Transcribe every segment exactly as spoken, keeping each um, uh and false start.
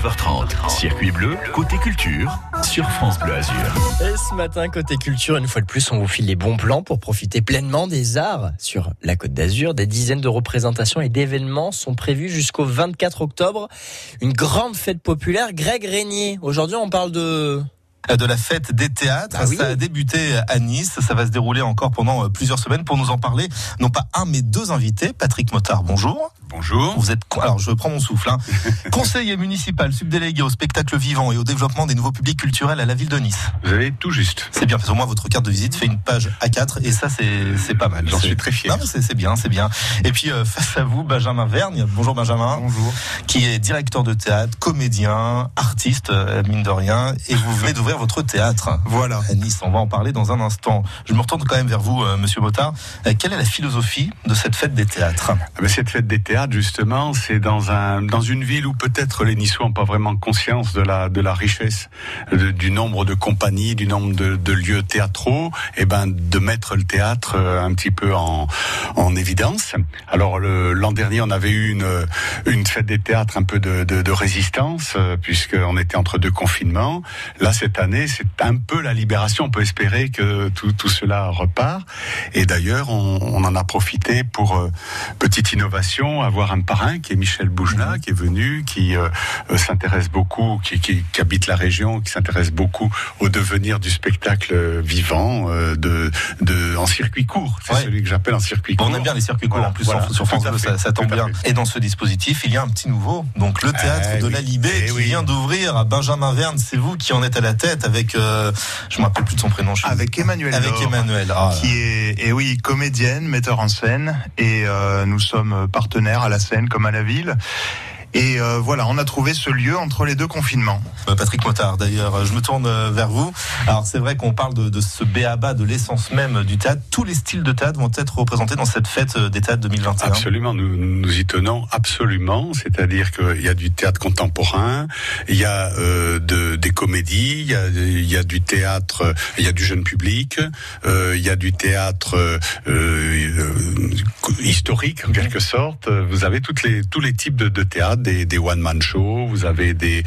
neuf heures trente, Circuit Bleu, côté culture, sur France Bleu Azur. Et ce matin, côté culture, une fois de plus, on vous file les bons plans pour profiter pleinement des arts sur la Côte d'Azur. Des dizaines de représentations et d'événements sont prévus jusqu'au vingt-quatre octobre. Une grande fête populaire. Greg Régnier, aujourd'hui on parle de... de la fête des théâtres. Ah oui. Ça a débuté à Nice, ça va se dérouler encore pendant plusieurs semaines. Pour nous en parler, non pas un mais deux invités. Patrick Mottard, bonjour. Bonjour. Vous êtes, alors je prends mon souffle, hein. conseiller municipal subdélégué au spectacle vivant et au développement des nouveaux publics culturels à la ville de Nice. Vous avez tout juste. C'est bien, parce que au moins votre carte de visite fait une page A quatre et ça c'est, c'est pas mal. J'en c'est... suis très fier. Non, mais c'est, c'est bien, c'est bien. Et puis euh, face à vous, Benjamin Vergne. Bonjour Benjamin. Bonjour. Qui est directeur de théâtre, comédien, artiste, euh, mine de rien. Et vous venez d'ouvrir votre théâtre. Voilà. À Nice, on va en parler dans un instant. Je me retourne quand même vers vous, euh, Monsieur Mottard. Euh, quelle est la philosophie de cette fête des théâtres ? Ah ben cette fête des théâtres, justement, c'est dans un dans une ville où peut-être les Niçois n'ont pas vraiment conscience de la de la richesse de, du nombre de compagnies, du nombre de, de lieux théâtraux, et ben de mettre le théâtre un petit peu en en évidence. Alors le, l'an dernier, on avait eu une une fête des théâtres un peu de de, de résistance euh, puisqu'on était entre deux confinements. Là cette année, c'est un peu la libération. On peut espérer que tout tout cela repart. Et d'ailleurs, on, on en a profité pour euh, petite innovation, avoir un parrain qui est Michel Boujna, mmh. qui est venu, qui euh, s'intéresse beaucoup, qui, qui, qui habite la région, qui s'intéresse beaucoup au devenir du spectacle vivant, euh, de, de, en circuit court. C'est ouais. celui que j'appelle en circuit court. On aime bien les circuits courts, voilà, en plus voilà, sur France Bleu, ça, ça tombe bien. Et dans ce dispositif, il y a un petit nouveau, donc le théâtre eh, de oui. la Libé, eh, qui oui. vient d'ouvrir à Benjamin Vergne. C'est vous qui en êtes à la tête avec, euh, je me rappelle plus de son prénom. Je avec Emmanuel Avec Laure, Emmanuel. Ah, qui est, et oui, comédienne, metteur en scène, et euh, nous sommes partenaires à la scène comme à la ville. Et euh, voilà, on a trouvé ce lieu entre les deux confinements. Patrick Mottard, d'ailleurs, je me tourne vers vous. Alors c'est vrai qu'on parle de, de ce b a ba, de l'essence même du théâtre. Tous les styles de théâtre vont être représentés dans cette fête des théâtres deux mille vingt et un. Absolument, nous, nous y tenons absolument. C'est-à-dire qu'il y a du théâtre contemporain, il y a euh, de, des comédies, il y a, il y a du théâtre, il y a du jeune public, euh, il y a du théâtre euh, euh, historique en quelque sorte. Vous avez toutes les, tous les types de, de théâtre. Des, des one-man shows, vous avez des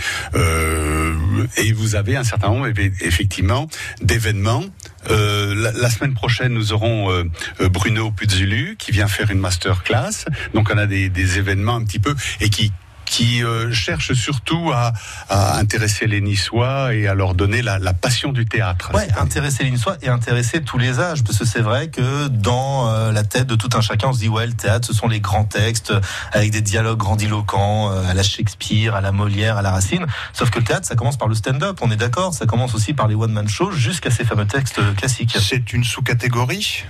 euh, et vous avez un certain nombre effectivement d'événements. Euh, la, la semaine prochaine, nous aurons euh, Bruno Puzzulu qui vient faire une masterclass. Donc on a des, des événements un petit peu et qui qui euh, cherche surtout à, à intéresser les Niçois et à leur donner la, la passion du théâtre. Ouais, intéresser les Niçois et intéresser tous les âges, parce que c'est vrai que dans euh, la tête de tout un chacun, on se dit ouais, le théâtre, ce sont les grands textes avec des dialogues grandiloquents euh, à la Shakespeare, à la Molière, à la Racine. Sauf que le théâtre, ça commence par le stand-up, on est d'accord. Ça commence aussi par les one-man shows jusqu'à ces fameux textes classiques. C'est une sous-catégorie,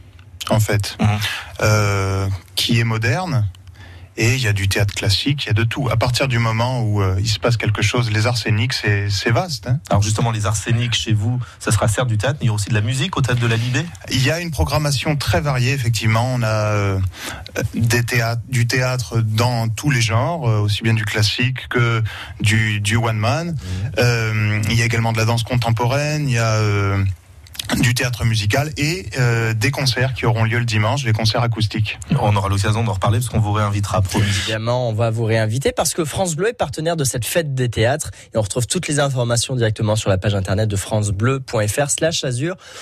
en fait, mmh. euh, qui est moderne. Et il y a du théâtre classique, il y a de tout. À partir du moment où euh, il se passe quelque chose, les arts scéniques, c'est, c'est vaste. Hein. Alors justement, les arts scéniques, chez vous, ça sera certes du théâtre, mais il y a aussi de la musique au théâtre de la Libé. Il y a une programmation très variée, effectivement. On a euh, des théâtres, du théâtre dans tous les genres, euh, aussi bien du classique que du, du one-man. Mmh. Euh, il y a également de la danse contemporaine, il y a... Euh, du théâtre musical et euh, des concerts qui auront lieu le dimanche, les concerts acoustiques. On aura l'occasion d'en reparler parce qu'on vous réinvitera. Promis. Évidemment, on va vous réinviter parce que France Bleu est partenaire de cette fête des théâtres et on retrouve toutes les informations directement sur la page internet de francebleu point fr slash azur.